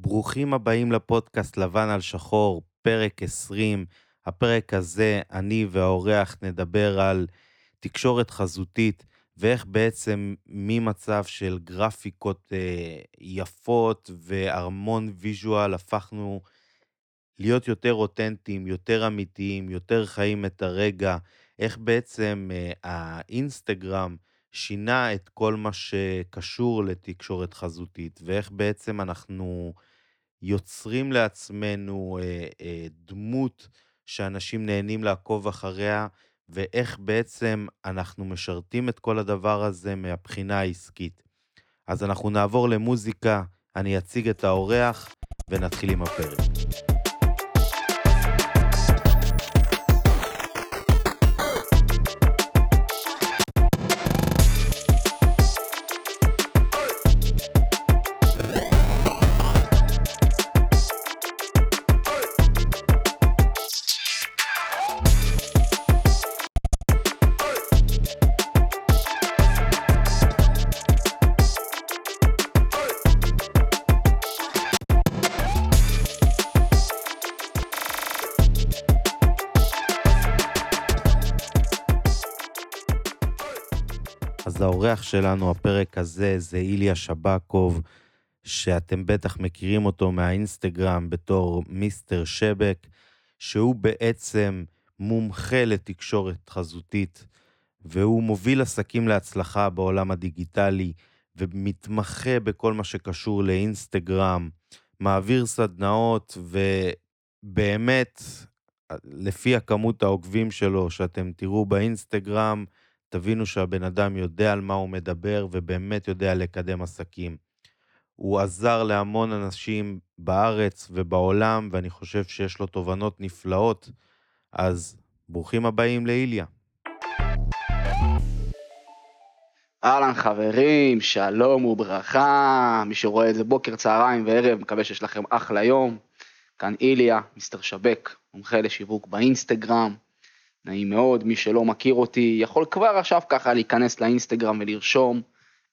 ברוכים הבאים לפודקאסט לבן על שחור, פרק 20. הפרק הזה, אני והאורח נדבר על תקשורת חזותית, ואיך בעצם ממצב של גרפיקות יפות והרמון ויז'ואל הפכנו להיות יותר אותנטיים, יותר אמיתיים, יותר חיים את הרגע, איך בעצם האינסטגרם שינה את כל מה שקשור לתקשורת חזותית, ואיך בעצם אנחנו יוצרים לעצמנו דמות שאנשים נהנים לעקוב אחריה, ואיך בעצם אנחנו משרתים את כל הדבר הזה מהבחינה העסקית. אז אנחנו נעבור למוזיקה, אני אציג את האורח ונתחיל עם הפרק. אז האורח שלנו, הפרק הזה, זה איליה שבקוב, שאתם בטח מכירים אותו מהאינסטגרם בתור מיסטר שבק, שהוא בעצם מומחה לתקשורת חזותית, והוא מוביל עסקים להצלחה בעולם הדיגיטלי, ומתמחה בכל מה שקשור לאינסטגרם, מעביר סדנאות, ובאמת, לפי הכמות העוקבים שלו, שאתם תראו באינסטגרם, תבינו שהבן אדם יודע על מה הוא מדבר, ובאמת יודע לקדם עסקים. הוא עזר להמון אנשים בארץ ובעולם, ואני חושב שיש לו תובנות נפלאות, אז ברוכים הבאים לאיליה. אהלן חברים, שלום וברכה, מי שרואה את זה בוקר, צהריים וערב, מקווה שיש לכם אחלה יום. כאן איליה, מיסטר שבק, מומחה לשיווק באינסטגרם, נעים מאוד, מי שלא מכיר אותי, יכול כבר עכשיו ככה להיכנס לאינסטגרם ולרשום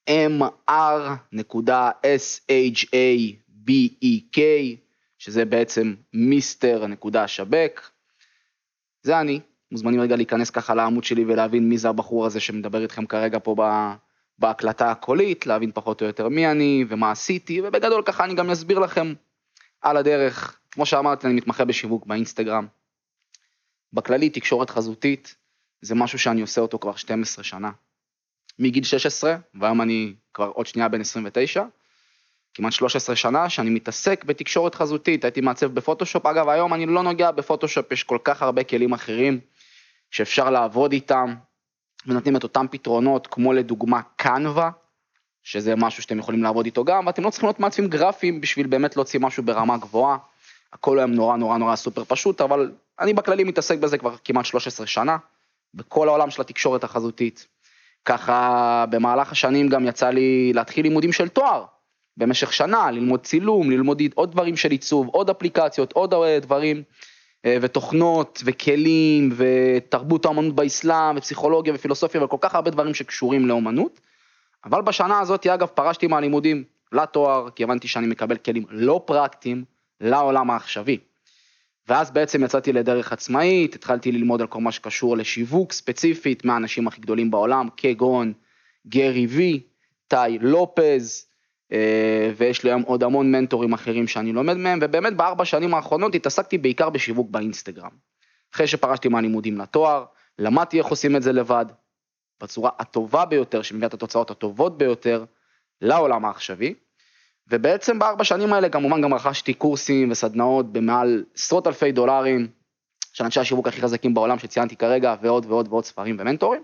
mr.shabek, שזה בעצם מיסטר.שבק, זה אני. מוזמנים רגע להיכנס ככה לעמוד שלי ולהבין מי זה הבחור הזה שמדבר איתכם כרגע פה בהקלטה הקולית, להבין פחות או יותר מי אני ומה עשיתי, ובגדול ככה אני גם אסביר לכם על הדרך. כמו שאמרתי, אני מתמחה בשיווק באינסטגרם. בכללי, תקשורת חזותית זה משהו שאני עושה אותו כבר 12 שנה. מגיל 16, והיום אני כבר עוד שנייה בן 29, כמעט 13 שנה שאני מתעסק בתקשורת חזותית. הייתי מעצב בפוטושופ, אגב היום אני לא נוגע בפוטושופ, יש כל כך הרבה כלים אחרים שאפשר לעבוד איתם, ונותנים את אותם פתרונות, כמו לדוגמה קנווה, שזה משהו שאתם יכולים לעבוד איתו גם, ואתם לא צריכים להיות מעצבים גרפיים בשביל באמת להוציא משהו ברמה גבוהה, הכל היום נורא נורא נורא סופר פשוט, אבל אני בכללי מתעסק בזה כבר כמעט 13 שנה, בכל העולם של התקשורת החזותית. ככה במהלך השנים גם יצא לי להתחיל לימודים של תואר, במשך שנה, ללמוד צילום, ללמוד עוד דברים של עיצוב, עוד אפליקציות, עוד דברים, ותוכנות, וכלים, ותרבות האמנות באסלאם, ופסיכולוגיה, ופילוסופיה, וכל כך הרבה דברים שקשורים לאמנות. אבל בשנה הזאת, אגב, פרשתי מהלימודים לתואר, כי הבנתי שאני מקבל כלים לא פרקטיים לעולם העכשווי. ואז בעצם יצאתי לדרך עצמאית, התחלתי ללמוד על כל מה שקשור לשיווק ספציפית, מהאנשים הכי גדולים בעולם, כגון גרי וי, טאי לופז, ויש לי היום עוד המון מנטורים אחרים שאני לומד מהם, ובאמת ב4 שנים האחרונות התעסקתי בעיקר בשיווק באינסטגרם. אחרי שפרשתי מהלימודים לתואר, למדתי איך עושים את זה לבד, בצורה הטובה ביותר, שמביאה את התוצאות הטובות ביותר לעולם העכשווי, ובעצם ב4 שנים האלה כמובן גם רכשתי קורסים וסדנאות במעל עשרות אלפי דולרים, של אנשי השיווק הכי חזקים בעולם שציינתי כרגע, ועוד ועוד ועוד ספרים ומנטורים,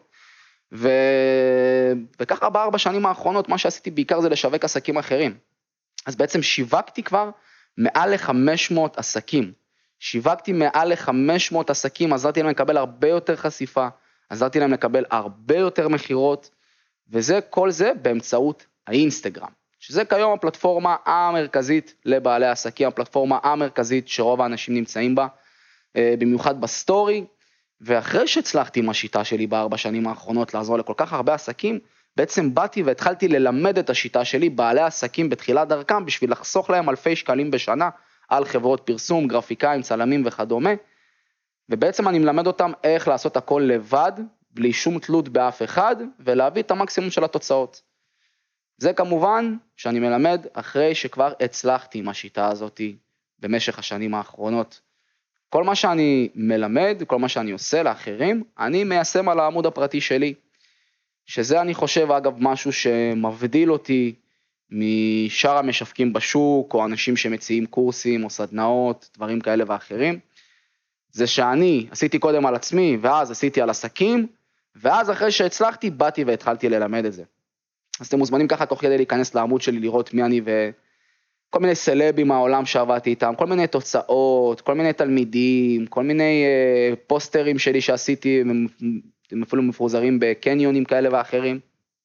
וככה ב4 שנים האחרונות מה שעשיתי בעיקר זה לשווק עסקים אחרים. אז בעצם שיווקתי כבר מעל ל500 עסקים, שיווקתי מעל ל500 עסקים, עזרתי להם לקבל הרבה יותר חשיפה, עזרתי להם לקבל הרבה יותר מחירות, וזה כל זה באמצעות האינסטגרם, שזה כיום הפלטפורמה המרכזית לבעלי עסקים, הפלטפורמה המרכזית שרוב האנשים נמצאים בה, במיוחד בסטורי. ואחרי שהצלחתי עם השיטה שלי ב4 שנים האחרונות לעזור לכל כך הרבה עסקים, בעצם באתי והתחלתי ללמד את השיטה שלי, בעלי עסקים בתחילת דרכם, בשביל לחסוך להם אלפי שקלים בשנה, על חברות פרסום, גרפיקאים, צלמים וכדומה, ובעצם אני מלמד אותם איך לעשות הכל לבד, בלי שום תלות באף אחד, ולהביא את המקסימום של התוצאות. זה כמובן שאני מלמד אחרי שכבר הצלחתי עם השיטה הזאת, במשך השנים האחרונות. כל מה שאני מלמד, כל מה שאני עושה לאחרים, אני מיישם על העמוד הפרטי שלי, שזה אני חושב אגב משהו שמבדיל אותי משאר המשווקים בשוק, או אנשים שמציעים קורסים או סדנאות, דברים כאלה ואחרים, זה שאני עשיתי קודם על עצמי, ואז עשיתי על עסקים, ואז אחרי שהצלחתי, באתי והתחלתי ללמד את זה. אז אתם מוזמנים ככה תוך כדי להיכנס לעמוד שלי, לראות מי אני וכל מיני סלבים מהעולם שעבדתי איתם, כל מיני תוצאות, כל מיני תלמידים, כל מיני פוסטרים שלי שעשיתי, הם אפילו מפוזרים בקניונים כאלה ואחרים.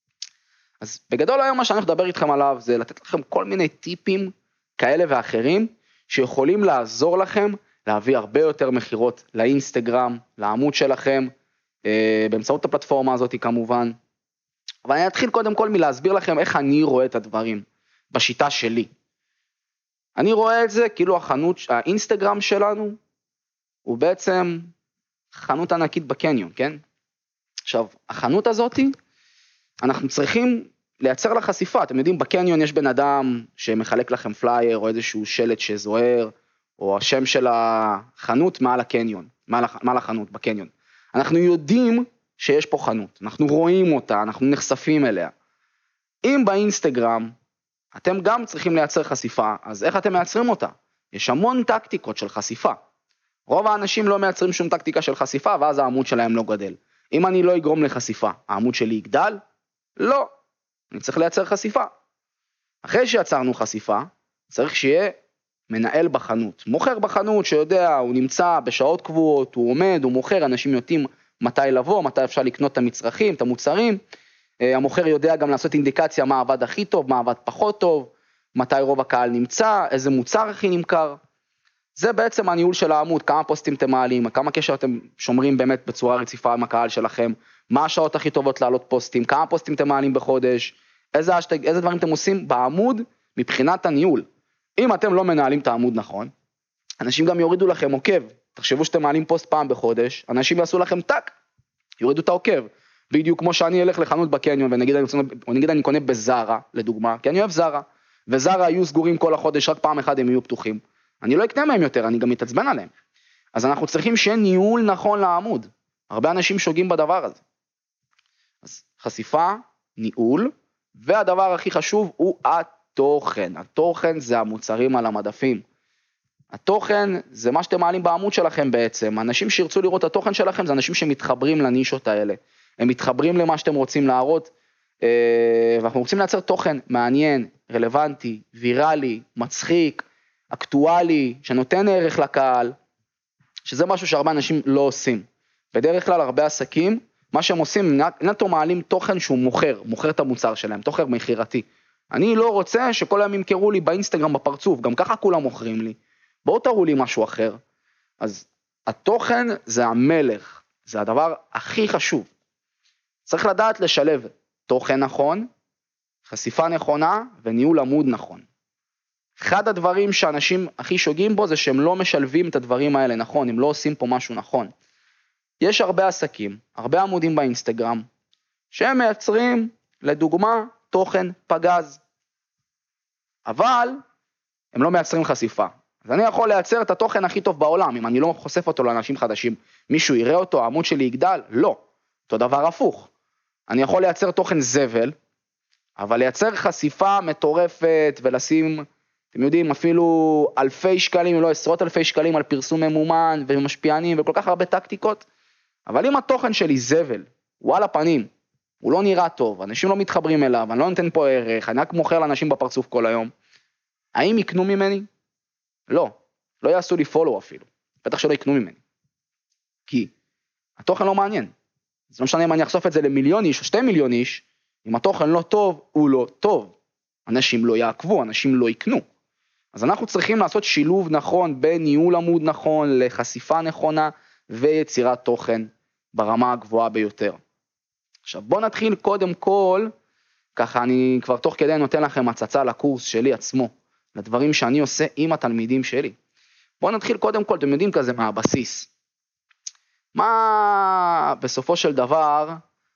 אז בגדול היום מה שאני מדבר איתכם עליו, זה לתת לכם כל מיני טיפים כאלה ואחרים, שיכולים לעזור לכם, להביא הרבה יותר מחירות לאינסטגרם, לעמוד שלכם, באמצעות הפלטפורמה הזאת כמובן. אבל אני אתחיל קודם כל מלהסביר לכם איך אני רואה את הדברים, בשיטה שלי. אני רואה את זה כאילו האינסטגרם שלנו, הוא בעצם חנות ענקית בקניון, כן? עכשיו, החנות הזאת, אנחנו צריכים לייצר לה חשיפה. אתם יודעים, בקניון יש בן אדם שמחלק לכם פלייר, או איזשהו שלט שזוהר, או השם של החנות מעל הקניון, מעל החנות בקניון. אנחנו יודעים שיש פה חנות, אנחנו רואים אותה, אנחנו נחשפים אליה. אם באינסטגרם אתם גם צריכים לייצר חשיפה, אז איך אתם מייצרים אותה? יש המון טקטיקות של חשיפה. רוב האנשים לא מייצרים שום טקטיקה של חשיפה, ואז העמוד שלהם לא גדל. אם אני לא אגרום לחשיפה, העמוד שלי יגדל? לא. אני צריך לייצר חשיפה. אחרי שיצרנו חשיפה, צריך שיהיה מנהל בחנות. מוכר בחנות שיודע, הוא נמצא בשעות קבועות, הוא עומד, הוא מוכר, אנשים יודעים מתי לבוא, מתי אפשר לקנות את המצרכים, את המוצרים. המוכר יודע גם לעשות אינדיקציה מה עבד הכי טוב, מה עבד פחות טוב, מתי רוב הקהל נמצא, איזה מוצר הכי נמכר. זה בעצם הניהול של העמוד, כמה פוסטים אתם מעלים, כמה קשר אתם שומרים באמת בצורה רציפה עם הקהל שלכם, מה השעות הכי טובות לעלות פוסטים, כמה פוסטים אתם מעלים בחודש, איזה דברים אתם עושים בעמוד מבחינת הניהול. אם אתם לא מנהלים את העמוד נכון, אנשים גם יורידו לכם עוקב. תחשבו שאתם מעלים פוסט פעם בחודש, אנשים יעשו לכם טק, יורידו את העוקב. בדיוק כמו שאני אלך לחנות בקניון, ונגיד אני קונה בזרה, לדוגמה, כי אני אוהב זרה, וזרה יהיו סגורים כל החודש, רק פעם אחד הם יהיו פתוחים. אני לא אקנה מהם יותר, אני גם מתעצבן עליהם. אז אנחנו צריכים שיהיה ניהול נכון לעמוד. הרבה אנשים שוגים בדבר הזה. אז חשיפה, ניהול, והדבר הכי חשוב הוא התוכן. התוכן זה המוצרים על המדפים. התוכן זה מה שאתם מעלים בעמוד שלכם בעצם. אנשים שירצו לראות את התוכן שלכם, זה אנשים שמתחברים לנישות האלה. הם מתחברים למה שאתם רוצים להראות, ואנחנו רוצים לייצר תוכן מעניין, רלוונטי, ויראלי, מצחיק, אקטואלי, שנותן ערך לקהל, שזה משהו שהרבה אנשים לא עושים. בדרך כלל הרבה עסקים, מה שהם עושים, נטו מעלים תוכן שהוא מוכר את המוצר שלהם, תוכן מחירתי. אני לא רוצה שכל היום ימכרו לי באינסטגרם בפרצוף, גם ככה כולם מוכרים לי. בואו תראו לי משהו אחר. אז התוכן זה המלך, זה הדבר הכי חשוב. צריך לדעת לשלב תוכן נכון, חשיפה נכונה וניהול עמוד נכון. אחד הדברים שאנשים הכי שוגים בו זה שהם לא משלבים את הדברים האלה נכון, הם לא עושים פה משהו נכון. יש הרבה עסקים, הרבה עמודים באינסטגרם, שהם מייצרים, לדוגמה, תוכן פגז. אבל הם לא מייצרים חשיפה. אז אני יכול לייצר את התוכן הכי טוב בעולם, אם אני לא חושף אותו לאנשים חדשים, מישהו יראה אותו, העמוד שלי יגדל? לא. אותו דבר הפוך. אני יכול לייצר תוכן זבל, אבל לייצר חשיפה מטורפת ולשים, אתם יודעים, אפילו אלפי שקלים, אם לא עשרות אלפי שקלים על פרסום ממומן ומשפיענים וכל כך הרבה טקטיקות, אבל אם התוכן שלי זבל, הוא על הפנים, הוא לא נראה טוב, אנשים לא מתחברים אליו, אני לא נותן פה ערך, אני רק מוכר לאנשים בפרצוף כל היום, האם יקנו ממני? לא, לא יעשו לי פולו אפילו, בטח שלא יקנו ממני, כי התוכן לא מעניין, זה לא משנה אם אני אחשוף את זה למיליון איש או 2 מיליון איש, אם התוכן לא טוב, הוא לא טוב, אנשים לא יעקבו, אנשים לא יקנו, אז אנחנו צריכים לעשות שילוב נכון, בין ניהול עמוד נכון, לחשיפה נכונה, ויצירת תוכן ברמה הגבוהה ביותר. עכשיו בוא נתחיל קודם כל, ככה אני כבר תוך כדי נותן לכם הצצה לקורס שלי עצמו, לדברים שאני עושה עם התלמידים שלי. בואו נתחיל קודם כל, אתם יודעים כזה מהבסיס. מה בסופו של דבר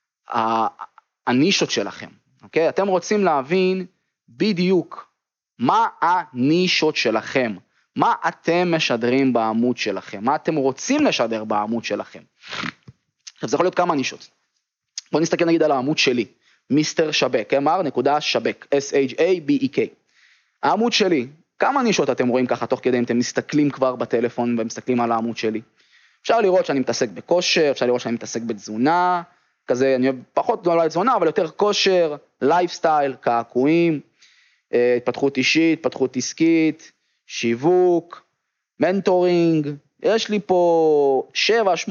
הנישות שלכם, אוקיי? אתם רוצים להבין בדיוק מה הנישות שלכם, מה אתם משדרים בעמוד שלכם, מה אתם רוצים לשדר בעמוד שלכם. עכשיו זה יכול להיות כמה נישות. בואו נסתכל נגיד על העמוד שלי, מיסטר שבק, mr.שבק, S-H-A-B-E-K. העמוד שלי, כמה נישות אתם רואים ככה תוך כדי אם אתם מסתכלים כבר בטלפון ומסתכלים על העמוד שלי? אפשר לראות שאני מתעסק בכושר, אפשר לראות שאני מתעסק בתזונה, כזה אני פחות אולי תזונה אבל יותר כושר, לייפסטייל, קעקועים, התפתחות אישית, התפתחות עסקית, שיווק, מנטורינג, יש לי פה 7-8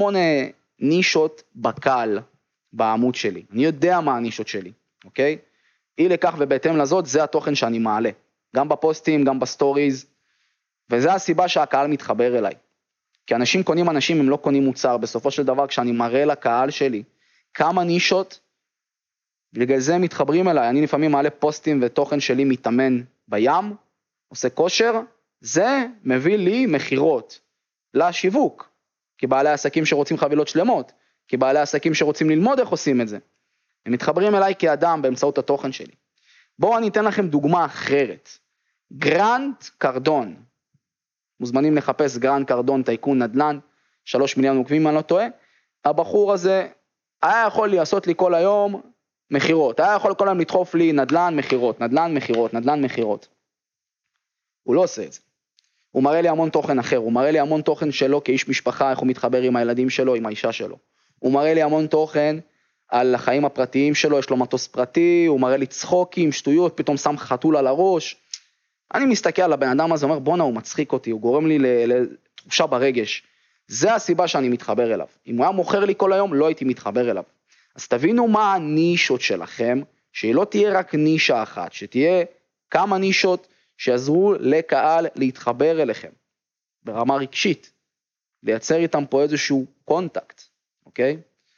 נישות בקל בעמוד שלי, אני יודע מה הנישות שלי, אוקיי? אי לכך ובהתאם לזאת זה התוכן שאני מעלה. גם בפוסטים, גם בסטוריז, וזה הסיבה שהקהל מתחבר אליי. כי אנשים קונים אנשים, הם לא קונים מוצר, בסופו של דבר כשאני מראה לקהל שלי כמה נישות, בגלל זה הם מתחברים אליי, אני לפעמים מעלה פוסטים ותוכן שלי מתאמן בים, עושה כושר, זה מביא לי מחירות לשיווק, כי בעלי עסקים שרוצים חבילות שלמות, כי בעלי עסקים שרוצים ללמוד איך עושים את זה, הם מתחברים אליי כאדם באמצעות התוכן שלי. בואו אני אתן לכם דוגמה אחרת. גרנט קרדון, מוזמנים לחפש גרנט קרדון טייקון נדל"ן, 3 מיליון עוקבים אני לא טועה, הבחור הזה היה יכול לעשות לי כל היום מחירות, היה יכול כל היום לדחוף לי נדל"ן מחירות, נדל"ן מחירות, נדל"ן מחירות. הוא לא עושה את זה. הוא מראה לי המון תוכן אחר, הוא מראה לי המון תוכן שלו כאיש משפחה, איך הוא מתחבר עם הילדים שלו, עם האישה שלו. הוא מראה לי המון תוכן על החיים הפרטיים שלו, יש לו מטוס פרטי, הוא מראה לי צחוקים, שטויות, פתאום שם חתול על הראש. אני מסתכל על הבן אדם הזה, אומר, בונה, הוא מצחיק אותי, הוא גורם לי לתחושה ברגש. זה הסיבה שאני מתחבר אליו. אם הוא היה מוכר לי כל היום, לא הייתי מתחבר אליו. אז תבינו מה הנישות שלכם, שהיא לא תהיה רק נישה אחת, שתהיה כמה נישות שיעזרו לקהל להתחבר אליכם, ברמה רגשית, לייצר איתם פה איזשהו קונטקט, אוקיי?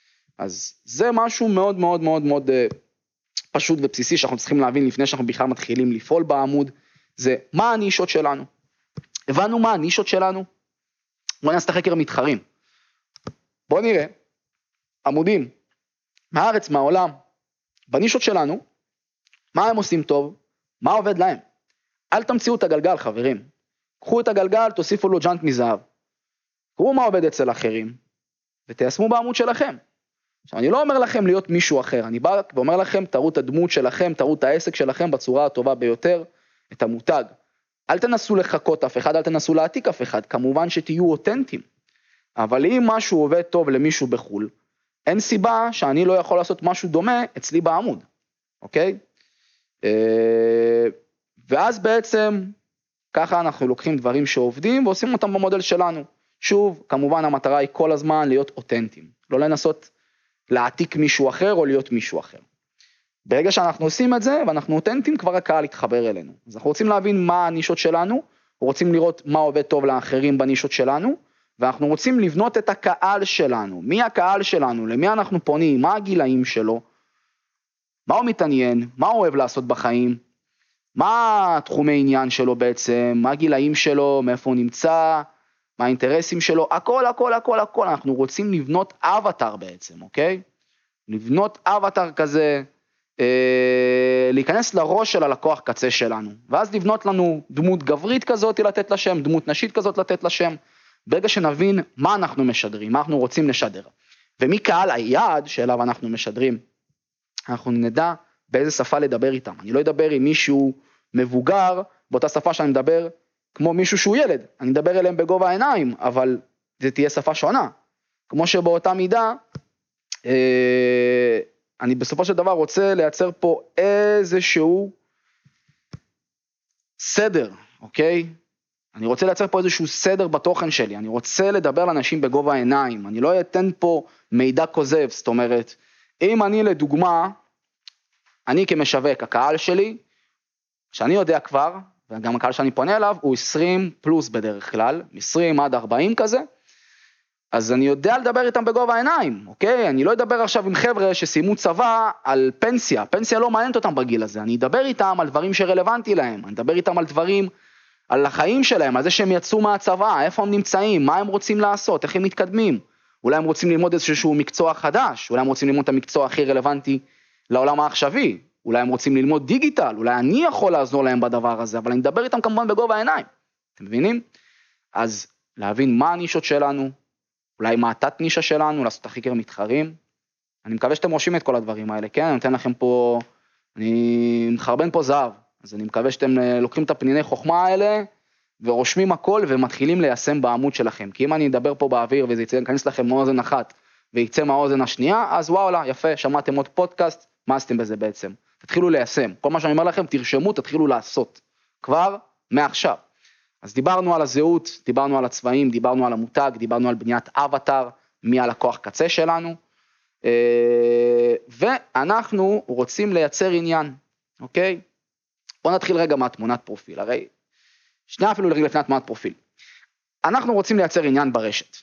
אז זה משהו מאוד מאוד מאוד מאוד פשוט ובסיסי שאנחנו צריכים להבין לפני שאנחנו בכלל מתחילים לפעול בעמוד, זה מה הנישות שלנו. הבנו מה הנישות שלנו? בואו נעשה חקר מתחרים. בואו נראה, עמודים, מהארץ, מהעולם, בנישות שלנו, מה הם עושים טוב, מה עובד להם. אל תמציאו את הגלגל חברים, קחו את הגלגל, תוסיפו לו ג'אנט מזהב, קראו מה עובד אצל אחרים, ותיישמו בעמוד שלכם. עכשיו אני לא אומר לכם להיות מישהו אחר, אני בא ואומר לכם תראו את הדמות שלכם, תראו את העסק שלכם בצורה הטובה ביותר, את המותג. אל תנסו לחכות אף אחד, אל תנסו להעתיק אף אחד, כמובן שתהיו אותנטיים. אבל אם משהו עובד טוב למישהו בחול, אין סיבה שאני לא יכול לעשות משהו דומה אצלי בעמוד, אוקיי? ואז בעצם ככה אנחנו לוקחים דברים שעובדים ועושים אותם במודל שלנו. שוב, כמובן המטרה היא כל הזמן להיות אותנטיים, לא לנסות להעתיק מישהו אחר או להיות מישהו אחר. ברגע שאנחנו עושים את זה ואנחנו אותנטיים, כבר הקהל יתחבר אלינו. אז אנחנו רוצים להבין מה הנישות שלנו, רוצים לראות מה עובד טוב לאחרים בנישות שלנו, ואנחנו רוצים לבנות את הקהל שלנו. מי הקהל שלנו? למי אנחנו פונים? מה הגילאים שלו? מה הוא מתעניין? מה הוא אוהב לעשות בחיים? מה תחומי עניין שלו בעצם? מה הגילאים שלו? מאיפה הוא נמצא? מה האינטרסים שלו? הכל, הכל, הכל, הכל. אנחנו רוצים לבנות אבטר בעצם, אוקיי? לבנות אבטר כזה, להיכנס לראש של הלקוח קצה שלנו, ואז לבנות לנו דמות גברית כזאת לתת לה שם, דמות נשית כזאת לתת לה שם, ברגע שנבין מה אנחנו משדרים, מה אנחנו רוצים לשדר, ומי קהל היעד שאליו אנחנו משדרים, אנחנו נדע באיזה שפה לדבר איתם. אני לא אדבר עם מישהו מבוגר, באותה שפה שאני מדבר, כמו מישהו שהוא ילד, אני אדבר אליהם בגובה העיניים, אבל זה תהיה שפה שונה, כמו שבאותה מידה, אני בסופו של דבר רוצה לייצר פה איזשהו סדר, אוקיי? אני רוצה לייצר פה איזשהו סדר בתוכן שלי, אני רוצה לדבר לאנשים בגובה העיניים, אני לא אתן פה מידע כוזב, זאת אומרת, אם אני לדוגמה, אני כמשווק, הקהל שלי, שאני יודע כבר, וגם הקהל שאני פונה אליו, הוא 20 פלוס בדרך כלל, 20 עד 40 כזה, אז אני יודע לדבר איתם בגובה העיניים, אוקיי? אני לא אדבר עכשיו עם חבר'ה שסיימו צבא על פנסיה, פנסיה לא מעניינת אותם בגיל הזה, אני אדבר איתם על דברים שרלוונטי להם, אני אדבר איתם על דברים, על החיים שלהם, על זה שהם יצאו מהצבא, איפה הם נמצאים, מה הם רוצים לעשות, איך הם מתקדמים, אולי הם רוצים ללמוד איזשהו מקצוע חדש, אולי הם רוצים ללמוד את המקצוע הכי רלוונטי לעולם העכשווי, אולי הם רוצים ללמוד דיגיטל, אולי אני יכול לעזור להם בדבר הזה, אבל אני אדבר איתם כמובן בגובה העיניים, אתם מבינים? אז להבין מה הנישות שלנו, אולי מה התת נישה שלנו, לעשות הכי קר מתחרים, אני מקווה שאתם רושמים את כל הדברים האלה, כן? אני נותן לכם פה, אני מחרבן פה זהב, אז אני מקווה שאתם לוקחים את הפניני חוכמה האלה, ורושמים הכל ומתחילים ליישם בעמוד שלכם, כי אם אני אדבר פה באוויר וזה ייכנס לכם מאוזן אחת, ויצא מהאוזן השנייה, אז וואלה, יפה, שמעתם עוד פודקאסט, מה עשיתם בזה בעצם? תתחילו ליישם, כל מה שאני אומר לכם, תרשמו, תתחילו לעשות, כבר מעכשיו. אז דיברנו על הזהות, דיברנו על הצבעים, דיברנו על המותג, דיברנו על בניית אבטר, מי הלקוח קצה שלנו, ואנחנו רוצים לייצר עניין, אוקיי? בואו נתחיל רגע מהתמונת פרופיל, הרי שנייה אפילו לרגע לפני התמונת פרופיל. אנחנו רוצים לייצר עניין ברשת.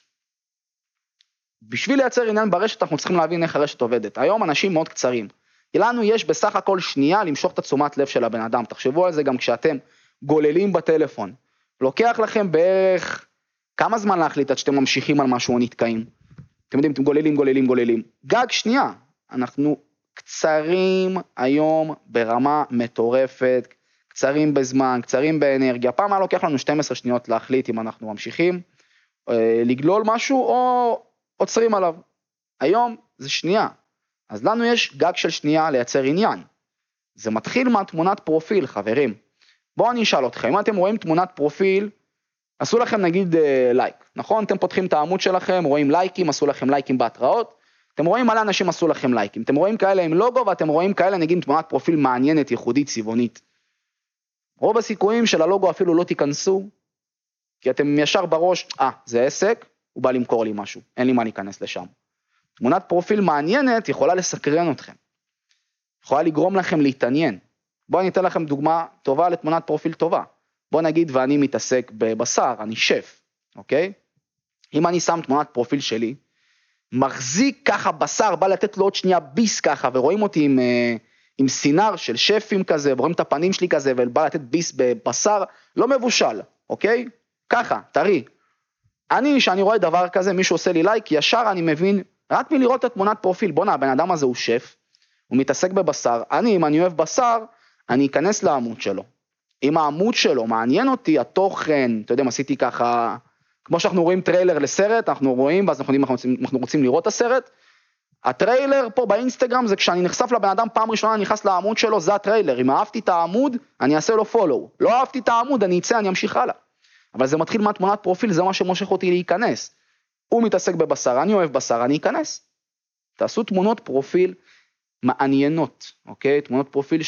בשביל לייצר עניין ברשת אנחנו צריכים להבין איך הרשת עובדת. היום אנשים מאוד קצרים. לנו יש בסך הכל שנייה למשוך את התשומת לב של הבן אדם. תחשבו על זה גם כשאתם גוללים בטלפון. לוקח לכם בערך כמה זמן להחליט עד שאתם ממשיכים על משהו או נתקעים. אתם יודעים, אתם גוללים. גג שנייה. אנחנו קצרים היום ברמה מטורפת, קצרים בזמן, קצרים באנרגיה. פעם היה לוקח לנו 12 שניות להחליט אם אנחנו ממשיכים לגלול משהו או עוצרים עליו. היום זה שנייה. אז לנו יש גג של שנייה לייצר עניין. זה מתחיל מהתמונת פרופיל, חברים. בואו אני אשאל אתכם, אם אתם רואים תמונת פרופיל, עשו לכם נגיד לייק, נכון? אתם פותחים את העמוד שלכם, רואים לייקים, עשו לכם לייקים בהתראות, אתם רואים מלא אנשים עשו לכם לייקים, אתם רואים כאלה עם לוגו, ואתם רואים כאלה נגיד תמונת פרופיל מעניינת, ייחודית, צבעונית. רוב הסיכויים של הלוגו אפילו לא תיכנסו, כי אתם ישר בראש, זה עסק, הוא בא למכור לי משהו, אין לי מה להיכנס לשם. תמונת פרופיל מעניינת יכולה לסקרן אתכם, יכולה לגרום לכם להתעניין. בואו אני אתן לכם דוגמה טובה לתמונת פרופיל טובה. בואו נגיד ואני מתעסק בבשר, אני שף, אוקיי? אם אני שם תמונת פרופיל שלי, מחזיק ככה בשר, בא לתת לו עוד שנייה ביס ככה, ורואים אותי עם סינר של שפים כזה, ורואים את הפנים שלי כזה, ובא לתת ביס בבשר, לא מבושל, אוקיי? ככה, טרי. שאני רואה דבר כזה, מישהו עושה לי לייק, ישר אני מבין, רק מלראות את התמונת פרופיל, בוא הבן אדם הזה הוא שף, הוא מתעסק בבשר, אם אני אוהב בשר, אני אכנס לעמוד שלו. אם העמוד שלו מעניין אותי, התוכן, אתה יודע, עשיתי ככה, כמו שאנחנו רואים טריילר לסרט, אנחנו רואים, ואז אנחנו יודעים, אנחנו רוצים לראות את הסרט, הטריילר פה באינסטגרם, זה כשאני נחשף לבן אדם פעם ראשונה, אני נכנס לעמוד שלו, זה הטריילר, אם אהבתי את העמוד, אני אעשה לו פולו, לא אהבתי את העמוד, אני אצא, אני אמשיך הלאה, אבל זה מתחיל מהתמונת פרופיל, זה מה שמושך אותי להיכנס, הוא מתעסק בבשר, אני אוהב בשר, אני אכנס, תעשו תמונות פרופיל מעניינות, אוקיי? תמונות פרופיל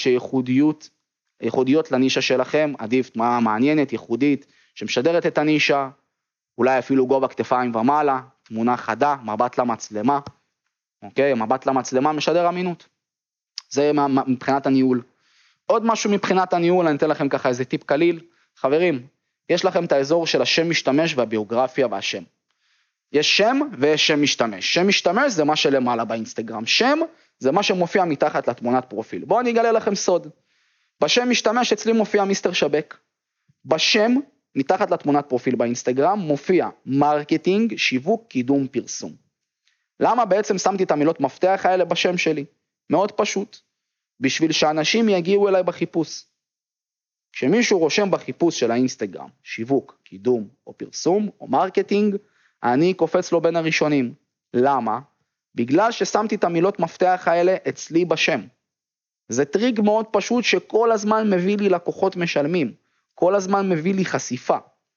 ייחודיות לנישה שלכם, עדיף תמונה מעניינת, ייחודית, שמשדרת את הנישה, אולי אפילו גובה כתפיים ומעלה, תמונה חדה, מבט למצלמה, אוקיי? מבט למצלמה משדר אמינות. זה מבחינת הניהול. עוד משהו מבחינת הניהול, אני אתן לכם ככה איזה טיפ קליל, חברים, יש לכם את האזור של השם משתמש והביוגרפיה והשם. יש שם ויש שם משתמש. שם משתמש זה מה שלמעלה באינסטגרם. שם זה מה שמופיע מתחת לתמונת פרופיל. בואו אני אגלה לכם סוד. בשם משתמש אצלי מופיע מיסטר שבק. בשם, מתחת לתמונת פרופיל באינסטגרם, מופיע מרקטינג, שיווק, קידום, פרסום. למה בעצם שמתי את המילות מפתח האלה בשם שלי? מאוד פשוט. בשביל שאנשים יגיעו אליי בחיפוש. כשמישהו רושם בחיפוש של האינסטגרם, שיווק, קידום או פרסום או מרקטינג, אני קופץ לו בין הראשונים. למה? בגלל ששמתי את המילות מפתח האלה אצלי בשם. זה טריק מאוד פשוט שכל הזמן מביא לי לקוחות משלמים. כל הזמן מביא לי חשיפה.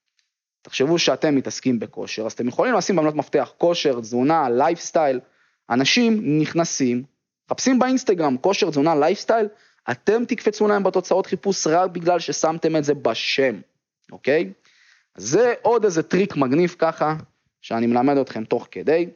תחשבו שאתם מתעסקים בכושר, אז אתם יכולים לשים במילות מפתח כושר, תזונה, לייפסטייל. אנשים נכנסים, חפשים באינסטגרם כושר, תזונה, לייפסטייל, אתם תקפצו להם בתוצאות חיפוש רק בגלל ששמתם את זה בשם. אוקיי? זה עוד איזה טריק מגניב ככה, שאני מלמד אתכם תוך כדי.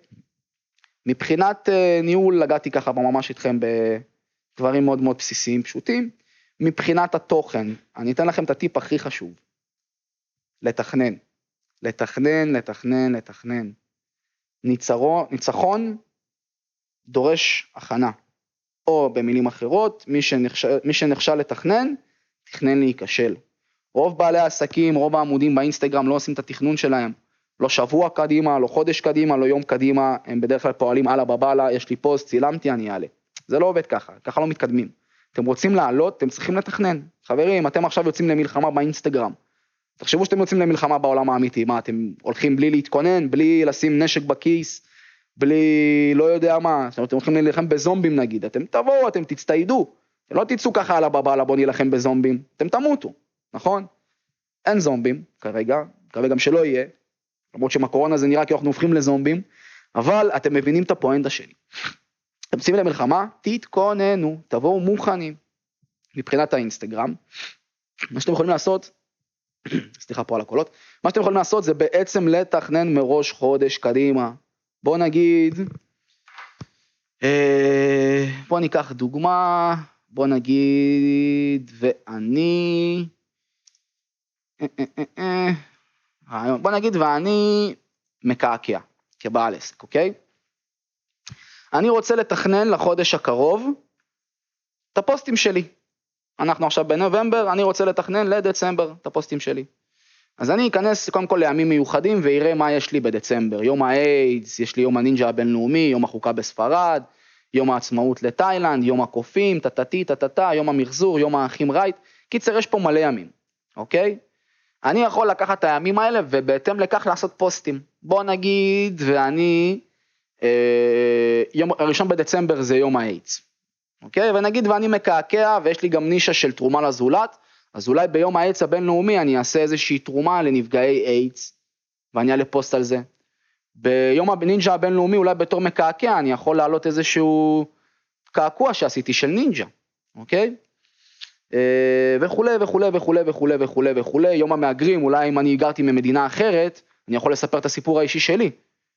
מבחינת ניהול, לגעתי ככה ממש איתכם בדברים מאוד מאוד בסיסיים פשוטים. מבחינת התוכן, אני אתן לכם את הטיפ הכי חשוב. לתכנן. לתכנן, לתכנן, לתכנן. ניצחון דורש הכנה, או במילים אחרות, מי שנכשל לתכנן, תכנן להיכשל. רוב בעלי העסקים, רוב העמודים באינסטגרם לא עושים את התכנון שלהם, לא שבוע קדימה, לא חודש קדימה, לא יום קדימה, הם בדרך כלל פועלים הלאה בבעלה, יש לי פוסט, צילמתי, אני אעלה. זה לא עובד ככה, ככה לא מתקדמים. אתם רוצים לעלות, אתם צריכים לתכנן. חברים, אתם עכשיו יוצאים למלחמה באינסטגרם. תחשבו שאתם יוצאים למלחמה בעולם האמיתי, מה, אתם הולכים בלי להתכונן, בלי לשים נשק בכיס, בלי לא יודע מה, אתם הולכים להילחם בזומבים נגיד, אתם תבואו, אתם תצטיידו, אתם לא תצאו ככה על הבבלה, בוא נילחם בזומבים, אתם תמותו, נכון? אין זומבים כרגע, כרגע גם שלא יהיה, למרות שמהקורונה זה נראה כי אנחנו הופכים לזומבים, אבל אתם מבינים את הפואנטה שלי. אתם יוצאים למלחמה, תתכוננו, תבואו מוכנים, מבחינת האינסטגרם, מה שאתם יכולים לעשות, סליחה פה על הקולות, מה שאתם יכולים לעשות זה בעצם לתכנן מראש חודש קדימה. בוא נגיד, בוא ניקח דוגמה, בוא נגיד, ואני מקעקע, כבעל עסק, אוקיי? אני רוצה לתכנן לחודש הקרוב את הפוסטים שלי. אנחנו עכשיו בנובמבר, אני רוצה לתכנן לדצמבר את הפוסטים שלי. אז אני אכנס קודם כל לימים מיוחדים ויראה מה יש לי בדצמבר. יום האיידס, יש לי יום הנינג'ה הבינלאומי, יום החוקה בספרד, יום העצמאות לתאילנד, יום הקופים, טטטי, יום המחזור, יום האחים רייט. קיצר, יש פה מלא ימים, אוקיי? אני יכול לקחת את הימים האלה ובהתאם לכך לעשות פוסטים. בוא נגיד, ראשון בדצמבר זה יום האיידס. אוקיי? ונגיד ואני מקעקע ויש לי גם נישה של תרומה לזולת, אז אולי ביום האיידס הבינלאומי אני אעשה איזושהי תרומה לנפגעי איידס, ואני אעלה פוסט על זה. ביום הנינג'ה הבינלאומי אולי בתור מקעקע אני יכול להעלות איזשהו קעקוע שעשיתי של נינג'ה, אוקיי? וכולי וכולי וכולי וכולי וכולי וכולי, יום המהגרים, אולי אם אני הגרתי ממדינה אחרת, אני יכול לספר את הסיפור האישי שלי.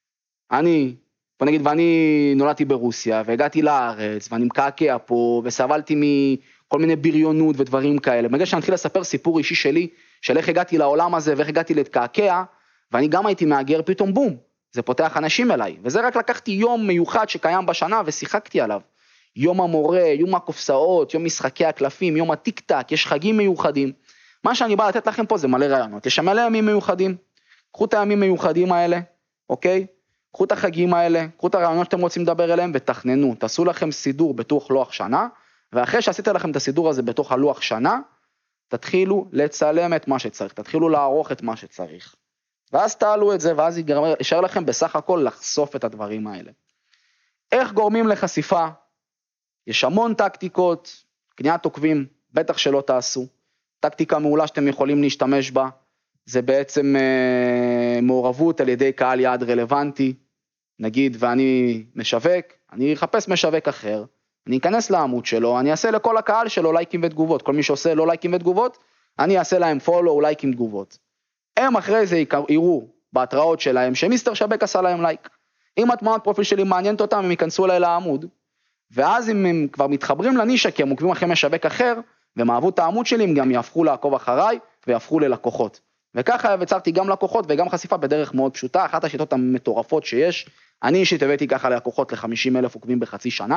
בוא נגיד, ואני נולדתי ברוסיה, והגעתי לארץ, ואני מקעקע פה, וסבלתי מכל מיני בריונות ודברים כאלה. ברגע שאני אתחיל לספר סיפור אישי שלי, של איך הגעתי לעולם הזה, ואיך הגעתי להתקעקע, ואני גם הייתי מאגר, פתאום בום, זה פותח אנשים אליי. וזה רק לקחתי יום מיוחד שקיים בשנה, ושיחקתי עליו. יום המורה, יום הקופסאות, יום משחקי הקלפים, יום הטיק טק, יש חגים מיוחדים. מה שאני בא לתת לכם פה זה מלא רעיונות. יש מלא ימים מיוחדים. קחו את הימים מיוחדים האלה, אוקיי? קחו את החגים האלה, קחו את הרעיונות שאתם רוצים לדבר אליהם ותכננו, תעשו לכם סידור בתוך לוח שנה, ואחרי שעשיתם לכם את הסידור הזה בתוך הלוח שנה, תתחילו לצלם את מה שצריך, תתחילו לערוך את מה שצריך, ואז תעלו את זה, ואז יישאר לכם בסך הכל לחשוף את הדברים האלה. איך גורמים לחשיפה? יש המון טקטיקות, קניית עוקבים, בטח שלא תעשו, טקטיקה מעולה שאתם יכולים להשתמש בה, זה בעצם מעורבות על ידי קהל יעד רלוונטי, נגיד ואני משווק, אני אחפש משווק אחר, אני אכנס לעמוד שלו, אני אעשה לכל הקהל שלו לייקים ותגובות, כל מי שעושה לא לייקים ותגובות, אני אעשה להם פולו, לייקים ותגובות. הם אחרי זה יראו בהתראות שלהם שמיסטר שבק עשה להם לייק. אם התמונת פרופיל שלי מעניינת אותם, הם ייכנסו אליי לעמוד, ואז אם הם כבר מתחברים לנישה, כי הם עוקבים אחרי משווק אחר, והם אהבו את העמוד שלי, הם גם יהפכו לעקוב אחריי, ויהפכו ללקוחות. וככה יצרתי גם לקוחות וגם חשיפה בדרך מאוד פשוטה, אחת השיטות המטורפות שיש, אני אישית הבאתי ככה לקוחות ל50,000 עוקבים בחצי שנה,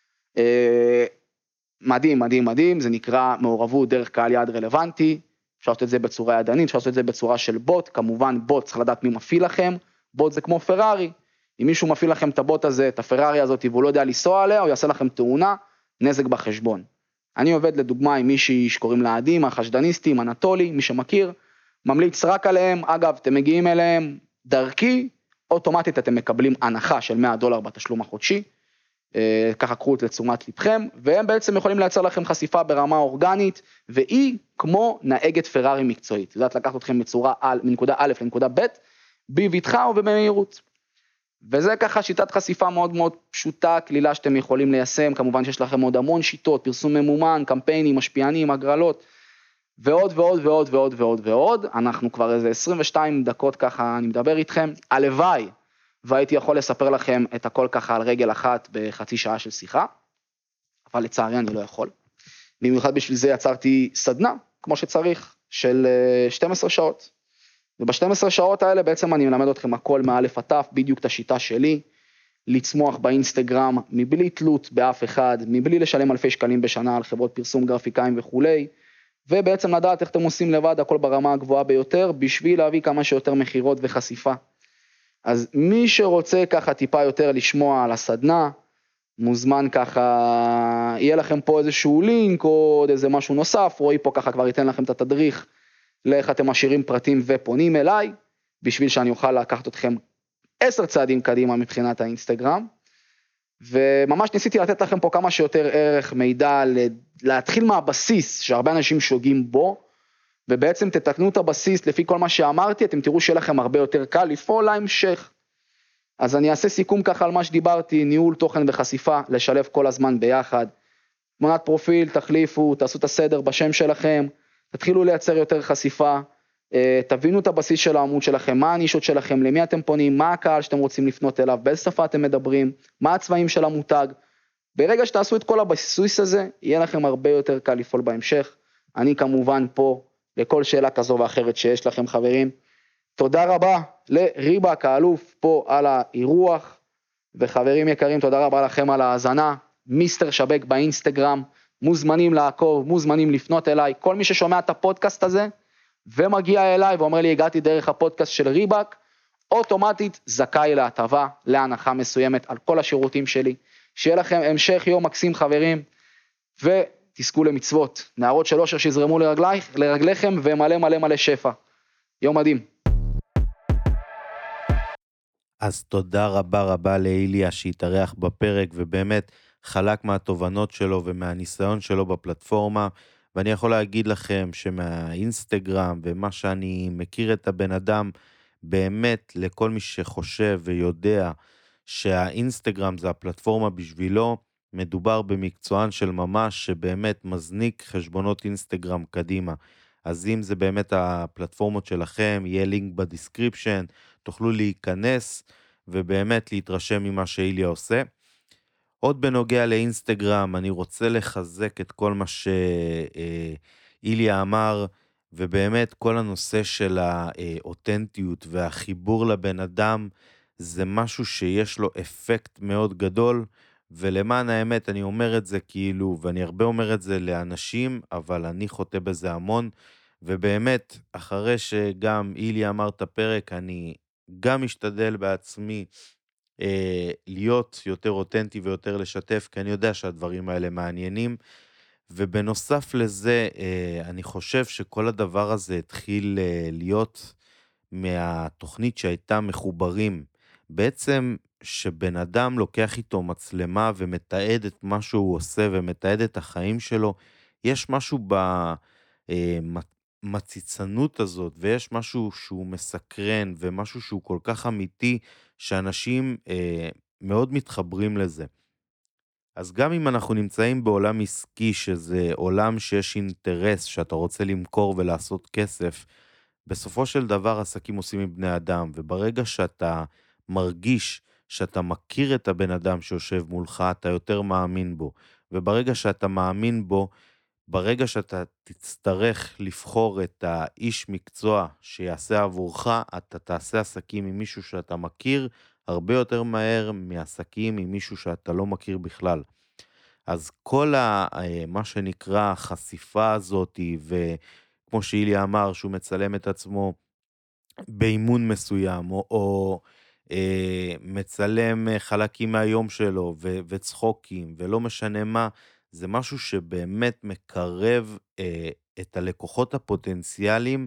מדהים, מדהים, מדהים, זה נקרא מעורבות דרך קהל יעד רלוונטי, אפשר לעשות את זה בצורה ידנית, אפשר לעשות את זה בצורה של בוט, כמובן בוט צריך לדעת מי מפעיל לכם, בוט זה כמו פרארי, אם מישהו מפעיל לכם את הבוט הזה, את הפרארי הזאת, והוא לא יודע לנסוע עליה, הוא יעשה לכם תאונה, נזק בחשבון. אני עובד לדוגמה עם מישהי שקוראים לה עדים, החשדניסטים, אנטולי, מי שמכיר, ממליץ רק עליהם, אגב, אתם מגיעים אליהם דרכי, אוטומטית אתם מקבלים הנחה של $100 בתשלום החודשי, ככה קחו את לתשומת לבכם, והם בעצם יכולים לייצר לכם חשיפה ברמה אורגנית, והיא כמו נהגת פרארי מקצועית, יודעת לקחת אתכם בצורה מנקודה א' לנקודה ב', בבטחה ובמהירות. וזה ככה שיטת חשיפה מאוד מאוד פשוטה, כלילה שאתם יכולים ליישם, כמובן שיש לכם עוד המון שיטות, פרסום ממומן, קמפיינים, משפיענים, הגרלות, ועוד ועוד ועוד ועוד ועוד ועוד, אנחנו כבר איזה 22 דקות ככה אני מדבר איתכם, הלוואי, והייתי יכול לספר לכם את הכל ככה על רגל אחת בחצי שעה של שיחה, אבל לצערי אני לא יכול, במיוחד בשביל זה יצרתי סדנה, כמו שצריך, של 12 שעות, וב-12 שעות האלה בעצם אני מלמד אתכם הכל מאלף עד תף, בדיוק את השיטה שלי, לצמוח באינסטגרם, מבלי תלות באף אחד, מבלי לשלם אלפי שקלים בשנה על חברות פרסום גרפיקאים וכולי, ובעצם לדעת איך אתם עושים לבד הכל ברמה הגבוהה ביותר, בשביל להביא כמה שיותר מחירות וחשיפה. אז מי שרוצה ככה טיפה יותר לשמוע על הסדנה, מוזמן ככה, יהיה לכם פה איזשהו לינק או עוד איזה משהו נוסף, רועי פה ככה כבר ייתן לכם את התדריך, לאיך אתם משאירים פרטים ופונים אליי, בשביל שאני אוכל לקחת אתכם 10 צעדים קדימה מבחינת האינסטגרם, וממש ניסיתי לתת לכם פה כמה שיותר ערך מידע, להתחיל מהבסיס שהרבה אנשים שוגים בו, ובעצם תתקנו את הבסיס לפי כל מה שאמרתי, אתם תראו שיהיה לכם הרבה יותר קל לפעול להמשך. אז אני אעשה סיכום ככה על מה שדיברתי, ניהול תוכן וחשיפה, לשלב כל הזמן ביחד, תמונת פרופיל, תחליפו, תעשו את הסדר בשם שלכם, תתחילו לייצר יותר חשיפה, תבינו את הבסיס של העמוד שלכם, מה הנישות שלכם, למי אתם פונים, מה הקהל שאתם רוצים לפנות אליו, באיזה שפה אתם מדברים, מה הצבעים של המותג. ברגע שתעשו את כל הבסיס הזה, יהיה לכם הרבה יותר קל לפעול בהמשך. אני כמובן פה לכל שאלה כזו ואחרת שיש לכם חברים. תודה רבה לריבק האלוף פה על האירוח, וחברים יקרים תודה רבה לכם על ההאזנה, מיסטר שבק באינסטגרם, מוזמנים לעקוב, מוזמנים לפנות אליי, כל מי ששומע את הפודקאסט הזה, ומגיע אליי ואומר לי הגעתי דרך הפודקאסט של ריבק, אוטומטית זכאי להטבה, להנחה מסוימת על כל השירותים שלי, שיהיה לכם המשך יום מקסים חברים, ותזכו למצוות, נערות של אושר שיזרמו לרגליכם, ומלא מלא מלא שפע, יום מדהים. אז תודה רבה רבה לאיליה שהתארח בפרק, ובאמת חלק מהתובנות שלו ומהניסיון שלו בפלטפורמה, ואני יכול להגיד לכם שמהאינסטגרם ומה שאני מכיר את הבן אדם, באמת לכל מי שחושב ויודע שהאינסטגרם זה הפלטפורמה בשבילו, מדובר במקצוען של ממש שבאמת מזניק חשבונות אינסטגרם קדימה. אז אם זה באמת הפלטפורמות שלכם, יהיה לינק בדיסקריפשן, תוכלו להיכנס ובאמת להתרשם ממה שאיליה עושה. עוד בנוגע לאינסטגרם, אני רוצה לחזק את כל מה שאיליה אמר, ובאמת כל הנושא של האותנטיות והחיבור לבן אדם, זה משהו שיש לו אפקט מאוד גדול, ולמען האמת אני אומר את זה כאילו, ואני הרבה אומר את זה לאנשים, אבל אני חוטא בזה המון, ובאמת אחרי שגם איליה אמר את הפרק, אני גם משתדל בעצמי, להיות יותר אותנטי ויותר לשתף, כי אני יודע שהדברים האלה מעניינים, ובנוסף לזה, אני חושב שכל הדבר הזה התחיל להיות מהתוכנית שהייתה מחוברים. בעצם שבן אדם לוקח איתו מצלמה ומתעד את מה שהוא עושה ומתעד את החיים שלו, יש משהו במציצנות הזאת, ויש משהו שהוא מסקרן, ומשהו שהוא כל כך אמיתי, שאנשים מאוד מתחברים לזה. אז גם אם אנחנו נמצאים בעולם עסקי, שזה עולם שיש אינטרס שאתה רוצה למכור ולעשות כסף, בסופו של דבר עסקים עושים עם בני אדם, וברגע שאתה מרגיש שאתה מכיר את הבן אדם שיושב מולך, אתה יותר מאמין בו, וברגע שאתה מאמין בו, ברגע שאתה תצטרך לבחור את האיש מקצוע שיעשה עבורך, אתה תעשה עסקים עם מישהו שאתה מכיר הרבה יותר מהר מעסקים עם מישהו שאתה לא מכיר בכלל. אז כל מה שנקרא החשיפה הזאת, וכמו שאיליה אמר שהוא מצלם את עצמו באימון מסוים, או מצלם חלקים מהיום שלו וצחוקים, ולא משנה מה, זה משהו שבאמת מקרב את הלקוחות הפוטנציאליים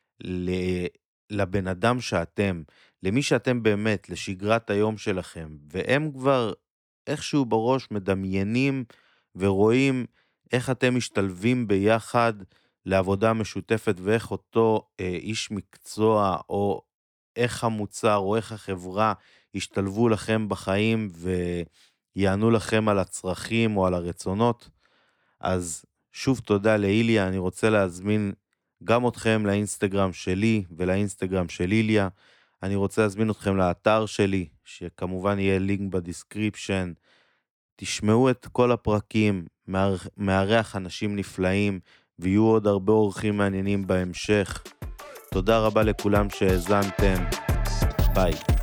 לבן אדם שאתם, למי שאתם באמת, לשגרת היום שלכם, והם כבר איכשהו בראש מדמיינים ורואים איך אתם משתלבים ביחד לעבודה משותפת, ואיך אותו איש מקצוע, או איך המוצר, או איך החברה ישתלבו לכם בחיים, ויענו לכם על הצרכים או על הרצונות. אז שוב תודה לאיליה, אני רוצה להזמין גם אתכם לאינסטגרם שלי ולאינסטגרם של איליה, אני רוצה להזמין אתכם לאתר שלי, שכמובן יהיה לינק בדיסקריפשן, תשמעו את כל הפרקים, מארח אנשים נפלאים, ויהיו עוד הרבה אורחים מעניינים בהמשך. תודה רבה לכולם שהאזנתם. ביי.